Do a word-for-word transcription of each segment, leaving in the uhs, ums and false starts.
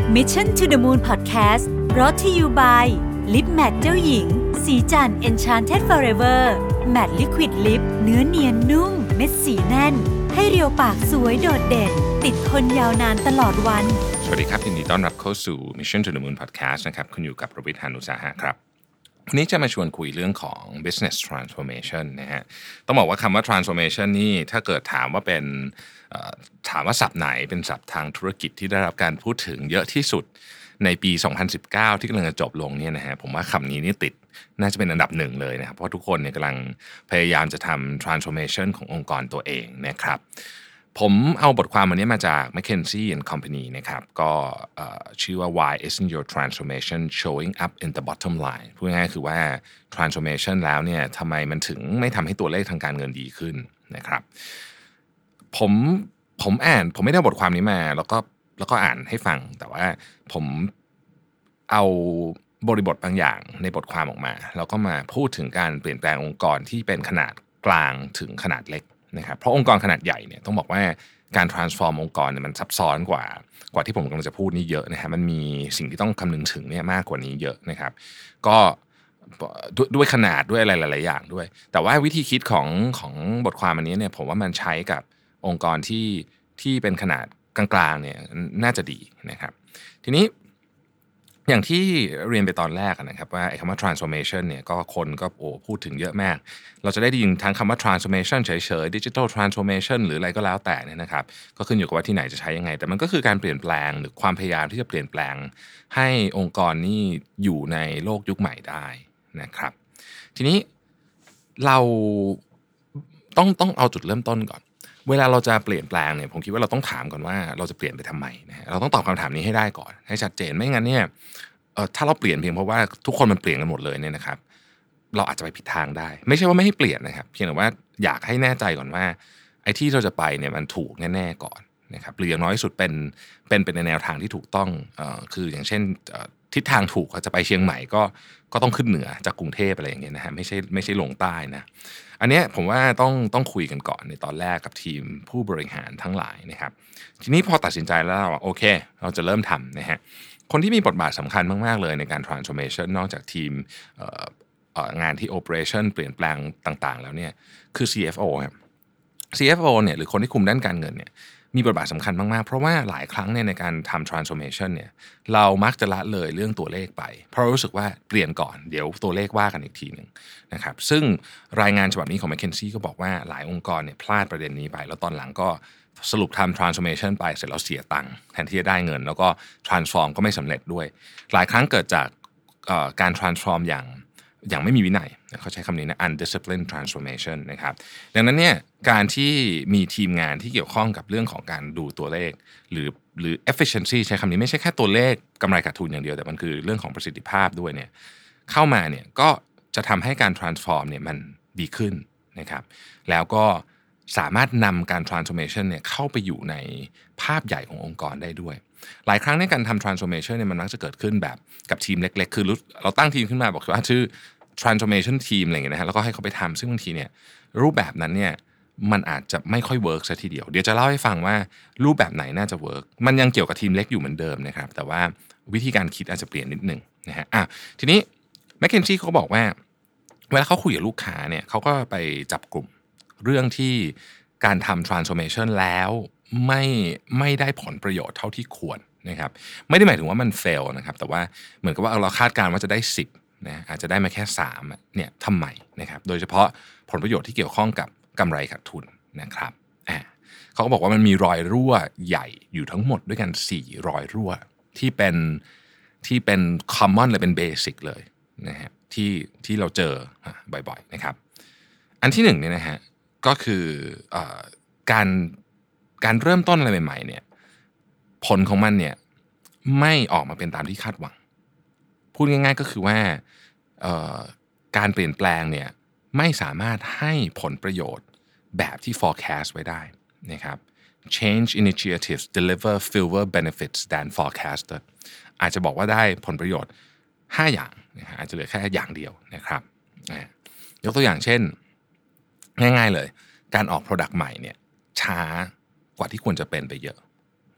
Mission to the Moon Podcast brought to you by Lip Matte เจ้าหญิงสีจัน Enchanted Forever Matte Liquid Lip เนื้อเนียนนุ่มเม็ดสีแน่นให้เรียวปากสวยโดดเด่นติดทนยาวนานตลอดวันสวัสดีครับยินดีต้อนรับเข้าสู่ Mission to the Moon Podcast นะครับคุณอยู่กับรวิทย์ หาญอุตสาหะครับวันนี้จะมาชวนคุยเรื่องของ business transformation นะฮะต้องบอกว่าคำว่า transformation นี่ถ้าเกิดถามว่าเป็นถามว่าศัพท์ไหนเป็นศัพท์ทางธุรกิจที่ได้รับการพูดถึงเยอะที่สุดในปีสองพันสิบเก้าที่กำลังจะจบลงเนี่ยนะฮะผมว่าคำนี้นี่ติดน่าจะเป็นอันดับหนึ่งเลยนะครับเพราะทุกคนเนี่ยกำลังพยายามจะทำ transformation ขององค์กรตัวเองนะครับผมเอาบทความอันนี้มาจาก McKinsey and Company นะครับก็ชื่อว่า Why isn't your transformation showing up in the bottom line พูดง่ายๆคือว่า transformation แล้วเนี่ยทำไมมันถึงไม่ทำให้ตัวเลขทางการเงินดีขึ้นนะครับผมผมอ่านผมไม่ได้บทความนี้มาแล้วก็แล้วก็อ่านให้ฟังแต่ว่าผมเอาบริบทบางอย่างในบทความออกมาแล้วก็มาพูดถึงการเปลี่ยนแปลงองค์กรที่เป็นขนาดกลางถึงขนาดเล็กนะครับเพราะองค์กรขนาดใหญ่เนี่ยต้องบอกว่าการ transform องค์กรเนี่ยมันซับซ้อนกว่ากว่าที่ผมกำลังจะพูดนี่เยอะนะฮะมันมีสิ่งที่ต้องคำนึงถึงเนี่ยมากกว่านี้เยอะนะครับก็ด้วยขนาดด้วยอะไรหลายๆอย่างด้วยแต่ว่าวิธีคิดของของบทความอันนี้เนี่ยผมว่ามันใช้กับองค์กรที่ที่เป็นขนาดกลางๆเนี่ยน่าจะดีนะครับทีนี้อย่างที่เรียนไปตอนแรกนะครับว่าไอ้คำว่า transformation เนี่ยก็คนก็โอ้พูดถึงเยอะมากเราจะได้ยินทั้งคำว่า transformation เฉยๆ digital transformation หรืออะไรก็แล้วแต่เนี่ยนะครับก็ขึ้นอยู่กับว่าที่ไหนจะใช้ยังไงแต่มันก็คือการเปลี่ยนแปลงหรือความพยายามที่จะเปลี่ยนแปลงให้องค์กรนี่อยู่ในโลกยุคใหม่ได้นะครับทีนี้เราต้องต้องเอาจุดเริ่มต้นก่อนเวลาเราจะเปลี่ยนแปลงเนี่ยผมคิดว่าเราต้องถามก่อนว่าเราจะเปลี่ยนไปทำไมนะฮะเราต้องตอบคำถามนี้ให้ได้ก่อนให้ชัดเจนไม่งั้นเนี่ยเอ่อถ้าเราเปลี่ยนเพียงเพราะว่าทุกคนมันเปลี่ยนกันหมดเลยเนี่ยนะครับเราอาจจะไปผิดทางได้ไม่ใช่ว่าไม่ให้เปลี่ยนนะครับเพียงแต่ว่าอยากให้แน่ใจก่อนว่าไอ้ที่เราจะไปเนี่ยมันถูกแน่ๆก่อนนะครับหรืออย่างน้อยที่สุดเป็นเป็นเป็นในแนวทางที่ถูกต้องเอ่อคืออย่างเช่นเอ่อทิศทางถูกจะไปเชียงใหม่ก็ก็ต้องขึ้นเหนือจากกรุงเทพอะไรอย่างเงี้ยนะฮะไม่ใช่ไม่ใช่ลงใต้นะอันนี้ผมว่าต้องต้องคุยกันก่อนในตอนแรกกับทีมผู้บริหารทั้งหลายนะครับทีนี้พอตัดสินใจแล้วโอเคเราจะเริ่มทำนะฮะคนที่มีบทบาทสำคัญมากๆเลยในการ transformation นอกจากทีมงานที่ operation เปลี่ยนแปลงต่างๆแล้วเนี่ยคือ ซี เอฟ โอ ครับ ซี เอฟ โอ เนี่ยหรือคนที่คุมด้านการเงินเนี่ยมีบทบาทสำคัญมากๆเพราะว่าหลายครั้งเนี่ยในการทำ transformation เนี่ยเรามักจะละเลยเรื่องตัวเลขไปเพราะรู้สึกว่าเปลี่ยนก่อนเดี๋ยวตัวเลขว่ากันอีกทีหนึ่งนะครับซึ่งรายงานฉบับนี้ของ McKinsey ก็บอกว่าหลายองค์กรเนี่ยพลาดประเด็นนี้ไปแล้วตอนหลังก็สรุปทำ transformation ไปเสร็จแล้วเสียตังค์แทนที่จะได้เงินแล้วก็ transform ก็ไม่สำเร็จด้วยหลายครั้งเกิดจากการ transform อย่างอย่างไม่มีวินัยเขาใช้คำนี้นะ undisciplined transformation นะครับดังนั้นเนี่ยการที่มีทีมงานที่เกี่ยวข้องกับเรื่องของการดูตัวเลขหรือหรือ efficiency ใช้คำนี้ไม่ใช่แค่ตัวเลขกำไรขาดทุนอย่างเดียวแต่มันคือเรื่องของประสิทธิภาพด้วยเนี่ยเข้ามาเนี่ยก็จะทำให้การ transform เนี่ยมันดีขึ้นนะครับแล้วก็สามารถนำการ transformation เนี่ยเข้าไปอยู่ในภาพใหญ่ขององค์กรได้ด้วยหลายครั้งในการทำ transformation เนี่ยมันมักจะเกิดขึ้นแบบกับทีมเล็กๆคือเราตั้งทีมขึ้นมาบอกว่าชื่อ transformation team อะไรอย่างเงี้ยนะฮะแล้วก็ให้เขาไปทำซึ่งบางทีเนี่ยรูปแบบนั้นเนี่ยมันอาจจะไม่ค่อยเวิร์กซะทีเดียวเดี๋ยวจะเล่าให้ฟังว่ารูปแบบไหนน่าจะเวิร์กมันยังเกี่ยวกับทีมเล็กอยู่เหมือนเดิมนะครับแต่ว่าวิธีการคิดอาจจะเปลี่ยนนิดนึงนะฮะอ่ะทีนี้ McKinsey เขาบอกว่าเวลาเขาคุยกับลูกค้าเนี่ยเขาก็ไปจับกลุ่มเรื่องที่การทำ transformation แล้วไม่ไม่ได้ผลประโยชน์เท่าที่ควรนะครับไม่ได้หมายถึงว่ามัน fail นะครับแต่ว่าเหมือนกับว่าเราคาดการณ์ว่าจะได้สิบนะอาจจะได้มาแค่สามเนี่ยทำไมนะครับโดยเฉพาะผลประโยชน์ที่เกี่ยวข้องกับกำไรขาดทุนนะครับอ่าเขาก็บอกว่ามันมีรอยรั่วใหญ่อยู่ทั้งหมดด้วยกันสี่รอยรั่วที่เป็นที่เป็น common เลยเป็น basic เลยนะฮะที่ที่เราเจอบ่อยๆนะครับอันที่หนึ่งเนี่ยนะฮะก็คือเอ่อการการเริ่มต้นอะไรใหม่ๆเนี่ยผลของมันเนี่ยไม่ออกมาเป็นตามที่คาดหวังพูดง่ายๆก็คือว่าการเปลี่ยนแปลงเนี่ยไม่สามารถให้ผลประโยชน์แบบที่ forecast ไว้ได้นะครับ change initiatives deliver fewer benefits than forecasted อาจจะบอกว่าได้ผลประโยชน์ห้าอย่างนะฮะอาจจะเหลือแค่อย่างเดียวนะครับยกตัวอย่างเช่นง่ายๆเลยการออก product ใหม่เนี่ยช้ากว่าที่ควรจะเป็นไปเยอะ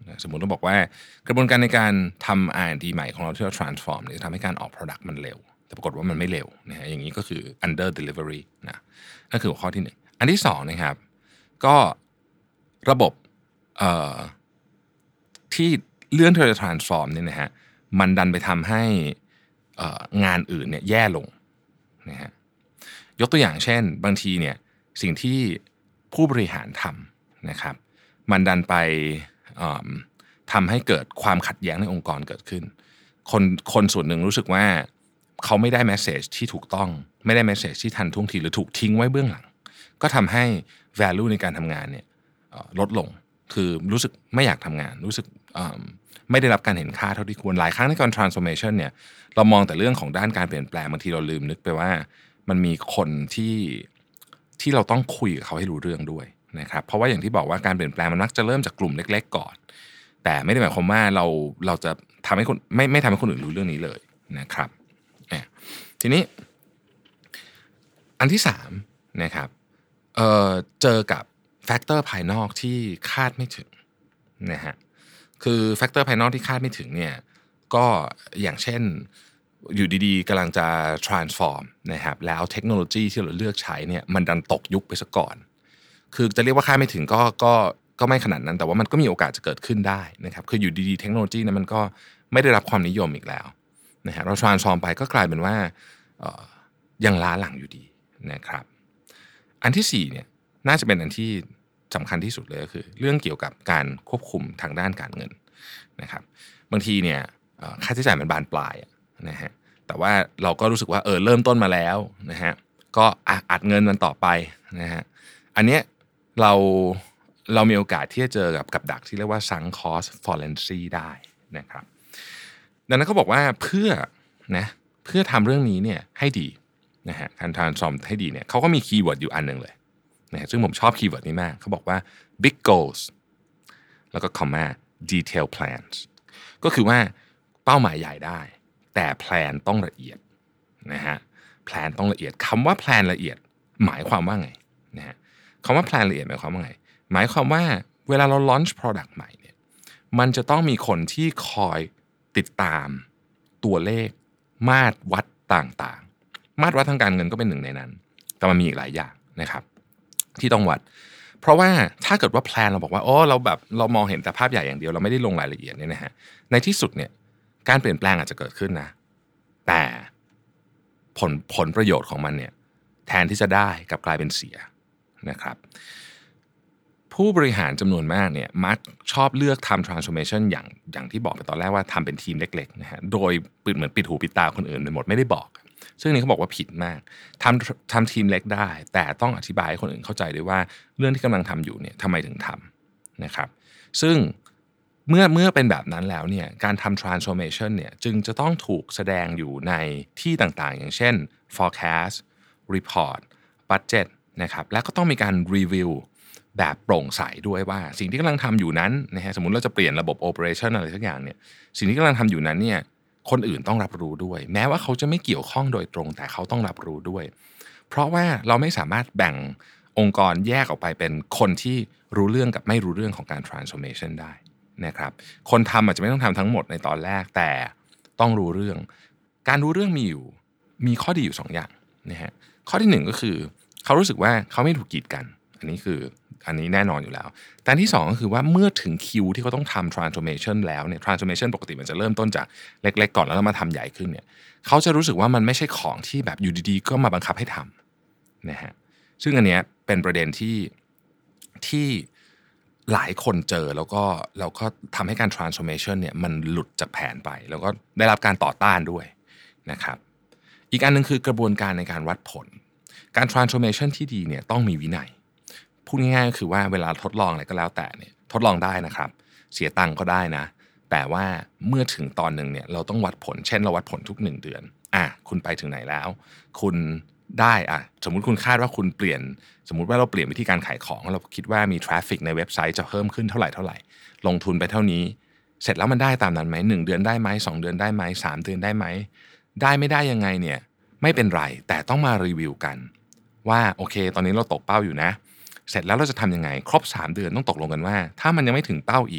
สมมุติเราบอกว่ากระบวนการในการทำ อาร์ แอนด์ ดี ใหม่ของเราที่เรา transform เนี่ยทำให้การออก product มันเร็วแต่ปรากฏว่ามันไม่เร็วนะฮะอย่างนี้ก็คือ under delivery นะนั่นคือหัวข้อที่หนึ่งอันที่สองนะครับก็ระบบเอ่อที่เลื่อนที่เราจะ transform เนี่ยนะฮะมันดันไปทำให้เอ่องานอื่นเนี่ยแย่ลงนะฮะยกตัวอย่างเช่นบางทีเนี่ยสิ่งที่ผู้บริหารทำนะครับมันดันไปทำให้เกิดความขัดแย้งในองค์กรเกิดขึ้นคนคนส่วนหนึ่งรู้สึกว่าเขาไม่ได้เมสเสจที่ถูกต้องไม่ได้เมสเสจที่ทันท่วงทีหรือถูกทิ้งไว้เบื้องหลังก็ทำให้ value ในการทำงานเนี่ยลดลงคือรู้สึกไม่อยากทำงานรู้สึกไม่ได้รับการเห็นค่าเท่าที่ควรหลายครั้งในการ transformation เนี่ยเรามองแต่เรื่องของด้านการเปลี่ยนแปลงบางทีเราลืมนึกไปว่ามันมีคนที่ที่เราต้องคุยกับเขาให้รู้เรื่องด้วยนะครับเพราะว่าอย่างที่บอกว่าการเปลี่ยนแปลงมันมักจะเริ่มจากกลุ่มเล็กๆก่อนแต่ไม่ได้หมายความว่าเราเราจะทำให้คนไม่ไม่ทำให้คนอื่นรู้เรื่องนี้เลยนะครับทีนี้อันที่สามนะครับเอ่อเจอกับแฟกเตอร์ภายนอกที่คาดไม่ถึงนะฮะคือแฟกเตอร์ภายนอกที่คาดไม่ถึงเนี่ยก็อย่างเช่นอยู่ดีๆกำลังจะ transform นะครับแล้วเทคโนโลยีที่เราเลือกใช้เนี่ยมันดันตกยุคไปซะก่อนคือจะเรียกว่าคาดไม่ถึงก็ก็ก็ไม่ขนาดนั้นแต่ว่ามันก็มีโอกาสจะเกิดขึ้นได้นะครับคืออยู่ดีๆเทคโนโลยีนั้นมันก็ไม่ได้รับความนิยมอีกแล้วนะฮะเรา transform ไปก็กลายเป็นว่ายังล้าหลังอยู่ดีนะครับอันที่สี่เนี่ยน่าจะเป็นอันที่สำคัญที่สุดเลยก็คือเรื่องเกี่ยวกับการควบคุมทางด้านการเงินนะครับบางทีเนี่ยค่าใช้จ่ายมันบานปลายนะฮะแต่ว่าเราก็รู้สึกว่าเออเริ่มต้นมาแล้วนะฮะก็อัดเงินมันต่อไปนะฮะอันเนี้ยเราเรามีโอกาสที่จะเจอกับกับดักที่เรียกว่า sunk cost fallacy ได้นะครับดังนั้นเขาบอกว่าเพื่อนะเพื่อทำเรื่องนี้เนี่ยให้ดีนะฮะการ transform ให้ดีเนี่ยเขาก็มีคีย์เวิร์ดอยู่อันนึงเลยนะฮะซึ่งผมชอบคีย์เวิร์ดนี้มากเขาบอกว่า big goals แล้วก็ comma detail plans ก็คือว่าเป้าหมายใหญ่ได้แต่แพลนต้องละเอียดนะฮะแพลนต้องละเอียดคำว่าแพลนละเอียดหมายความว่าไงนะฮะคำว่าแพลนละเอียดหมายความว่าไงหมายความว่าเวลาเรา launch product ใหม่เนี่ยมันจะต้องมีคนที่คอยติดตามตัวเลขมาตรวัดต่างๆมาตรวัดทางการเงินก็เป็นหนึ่งในนั้นแต่มันมีอีกหลายอย่างนะครับที่ต้องวัดเพราะว่าถ้าเกิดว่าแพลนเราบอกว่าโอ้เราแบบเรามองเห็นแต่ภาพใหญ่อย่างเดียวเราไม่ได้ลงรายละเอียดเนี่ยนะฮะในที่สุดเนี่ยการเปลี่ยนแปลงอาจจะเกิดขึ้นนะแต่ผลผลประโยชน์ของมันเนี่ยแทนที่จะได้กลับกลายเป็นเสียนะครับผู้บริหารจำนวนมากเนี่ยมักชอบเลือกทำ transformation อย่างอย่างที่บอกไปตอนแรกว่าทำเป็นทีมเล็กๆนะฮะโดยปิดเหมือนปิดหูปิดตาคนอื่นไปหมดไม่ได้บอกซึ่งนี่เขาบอกว่าผิดมากทำทำทีมเล็กได้แต่ต้องอธิบายให้คนอื่นเข้าใจด้วยว่าเรื่องที่กำลังทำอยู่เนี่ยทำไมถึงทำนะครับซึ่งเมื่อเมื่อเป็นแบบนั้นแล้วเนี่ยการทำ transformation เนี่ยจึงจะต้องถูกแสดงอยู่ในที่ต่างๆอย่างเช่น forecast report budget นะครับและก็ต้องมีการ review แบบโปร่งใสด้วยว่าสิ่งที่กำลังทำอยู่นั้นนะฮะสมมุติเราจะเปลี่ยนระบบ operation อะไรสักอย่างเนี่ยสิ่งที่กำลังทำอยู่นั้นเนี่ยคนอื่นต้องรับรู้ด้วยแม้ว่าเขาจะไม่เกี่ยวข้องโดยตรงแต่เขาต้องรับรู้ด้วยเพราะว่าเราไม่สามารถแบ่งองค์กรแยกออกไปเป็นคนที่รู้เรื่องกับไม่รู้เรื่องของการ transformation ได้นะครับคนทำอาจจะไม่ต้องทำทั้งหมดในตอนแรกแต่ต้องรู้เรื่องการรู้เรื่องมีอยู่มีข้อดีอยู่สองอย่างนะฮะข้อที่หนึ่งก็คือเขารู้สึกว่าเขาไม่ถูกกีดกันอันนี้คืออันนี้แน่นอนอยู่แล้วแต่ที่สองก็คือว่าเมื่อถึงคิวที่เขาต้องทำ transformation แล้วเนี่ย transformation ปกติมันจะเริ่มต้นจากเล็กๆก่อนแล้วมาทำใหญ่ขึ้นเนี่ยเขาจะรู้สึกว่ามันไม่ใช่ของที่แบบอยู่ดีๆก็มาบังคับให้ทำนะฮะซึ่งอันเนี้ยเป็นประเด็นที่ที่หลายคนเจอแล้วก็แล้วก็ทำให้การ transformation เนี่ยมันหลุดจากแผนไปแล้วก็ได้รับการต่อต้านด้วยนะครับอีกอันนึงคือกระบวนการในการวัดผลการ transformation ที่ดีเนี่ยต้องมีวินัยพูดง่ายๆก็คือว่าเวลาทดลองอะไรก็แล้วแต่เนี่ยทดลองได้นะครับเสียตังค์ก็ได้นะแต่ว่าเมื่อถึงตอนนึงเนี่ยเราต้องวัดผลเช่นเราวัดผลทุกหนึ่งเดือนอ่ะคุณไปถึงไหนแล้วคุณได้อ่ะสมมุติคุณคาดว่าคุณเปลี่ยนสมมุติว่าเราเปลี่ยนวิธีการขายของเราคิดว่ามีทราฟฟิกในเว็บไซต์จะเพิ่มขึ้นเท่าไหร่เท่าไหร่ลงทุนไปเท่านี้เสร็จแล้วมันได้ตามนั้นไหมหนึ่งเดือนได้ไหมสองเดือนได้ไหมสามเดือนได้ไหมได้ไม่ได้ยังไงเนี่ยไม่เป็นไรแต่ต้องมารีวิวกันว่าโอเคตอนนี้เราตกเป้าอยู่นะเสร็จแล้วเราจะทำยังไงครบสามเดือนต้องตกลงกันว่าถ้ามันยังไม่ถึงเป้าอีก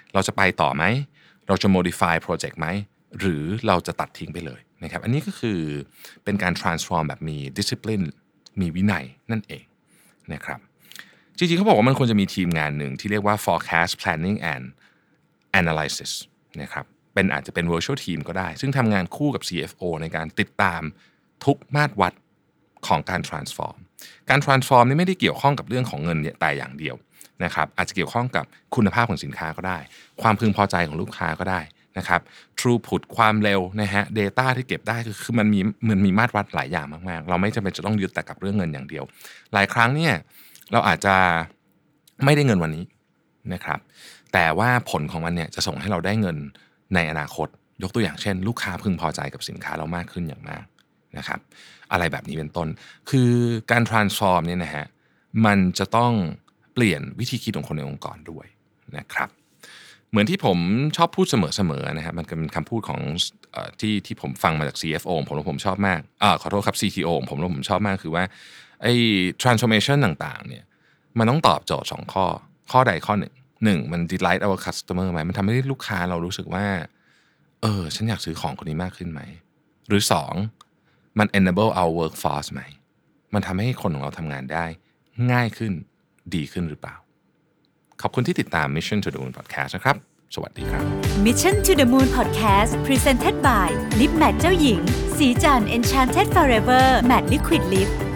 เราจะไปต่อไหมเราจะ modify project ไหมหรือเราจะตัดทิ้งไปเลยนะครับอันนี้ก็คือเป็นการ transform แบบมี discipline มีวินัยนั่นเองนะครับจริงๆเขาบอกว่ามันควรจะมีทีมงานหนึ่งที่เรียกว่า forecast planning and analysis นะครับเป็นอาจจะเป็น virtual team ก็ได้ซึ่งทำงานคู่กับ ซี เอฟ โอ ในการติดตามทุกมาตรวัดของการ transform การ transform นี่ไม่ได้เกี่ยวข้องกับเรื่องของเงินแต่อย่างเดียวนะครับอาจจะเกี่ยวข้องกับคุณภาพของสินค้าก็ได้ความพึงพอใจของลูกค้าก็ได้นะครับ throughput ความเร็วนะฮะ data ที่เก็บได้คือคือมันมีมันมีมาตรวัดหลายอย่างมากๆเราไม่จำเป็นจะต้องยึดแต่กับเรื่องเงินอย่างเดียวหลายครั้งเนี่ยเราอาจจะไม่ได้เงินวันนี้นะครับแต่ว่าผลของมันเนี่ยจะส่งให้เราได้เงินในอนาคตยกตัวอย่างเช่นลูกค้าพึงพอใจกับสินค้าเรามากขึ้นอย่างมากนะครับอะไรแบบนี้เป็นต้นคือการ transform เนี่ยนะฮะมันจะต้องเปลี่ยนวิธีคิดของคนในองค์กรด้วยนะครับเหมือนที่ผมชอบพูดเสมอๆนะฮะมันเป็นคำพูดของเอ่อที่ที่ผมฟังมาจาก ซี เอฟ โอ ผมแล้วผมชอบมากอ่าขอโทษครับ ซี ที โอ ผมแล้วผมชอบมากคือว่าไอ้ transformation ต่างๆเนี่ยมันต้องตอบโจทย์สองข้อข้อใดข้อหนึ่งหนึ่งมัน delight our customer ไหมมันทำให้ลูกค้าเรารู้สึกว่าเออฉันอยากซื้อของคนนี้มากขึ้นไหมหรือสองมัน enable our workforce ไหมมันทำให้คนของเราทำงานได้ง่ายขึ้นดีขึ้นหรือเปล่าขอบคุณที่ติดตาม Mission to the Moon Podcast นะครับสวัสดีครับ Mission to the Moon Podcast Presented by Lip Matte เจ้าหญิงสีจัน Enchanted Forever Matte Liquid Lip